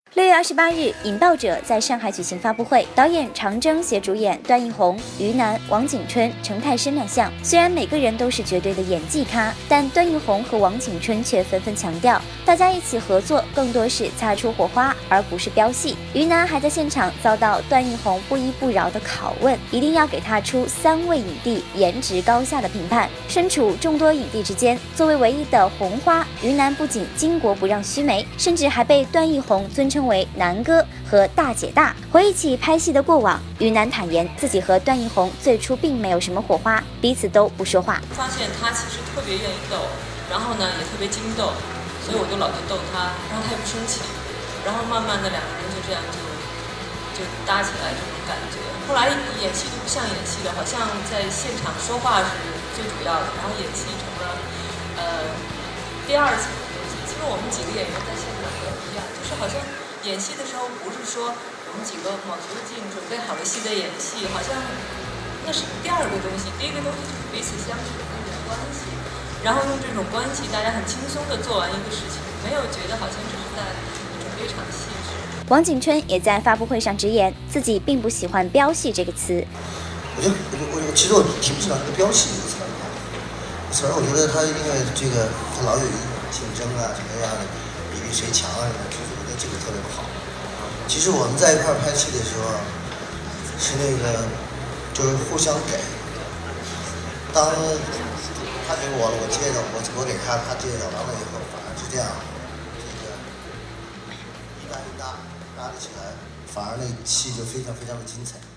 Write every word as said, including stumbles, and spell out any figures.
六月二十八日，《引爆者》在上海举行发布会，导演常征携主演段奕宏、于南、王景春、程泰申亮相。虽然每个人都是绝对的演技咖，但段奕宏和王景春却纷纷强调，大家一起合作更多是擦出火花，而不是飙戏。于南还在现场遭到段奕宏不依不饶的拷问，一定要给他出三位影帝颜值高下的评判。身处众多影帝之间，作为唯一的红花，于南不仅巾帼不让须眉，甚至还被段奕宏尊称为南哥和大姐大。回忆起拍戏的过往，于南坦言自己和段奕宏最初并没有什么火花，彼此都不说话。 发现他其实特别愿意逗，然后呢也特别精逗，所以我就老去逗他，然后他也不生气，然后慢慢的两个人就这样就就搭起来这种感觉。后来演戏就不像演戏了，好像在现场说话是最主要的，然后演戏成了呃第二层的东西。其实我们几个演员在现场都一样，就是好像演戏的时候不是说我们几个卯足了劲准备好了戏在演戏，好像那是第二个东西，第一个东西就是彼此相处的那种关系，然后用这种关系大家很轻松的做完一个事情，没有觉得好像只是在准备一场戏。 王景春也在发布会上直言，自己并不喜欢飙戏这个词。 我就我我其实我挺不喜欢这个飙戏这个词儿，词儿我觉得他因为这个他老有一种竞争啊什么样的，比比谁强啊什么，就是我觉得这个特别不好。其实我们在一块儿拍戏的时候，是那个就是互相给，当他给我了，我接着我我给他，他接着完了以后，反而是这样，这个一搭一搭搭得起来，反而那戏就非常非常的精彩。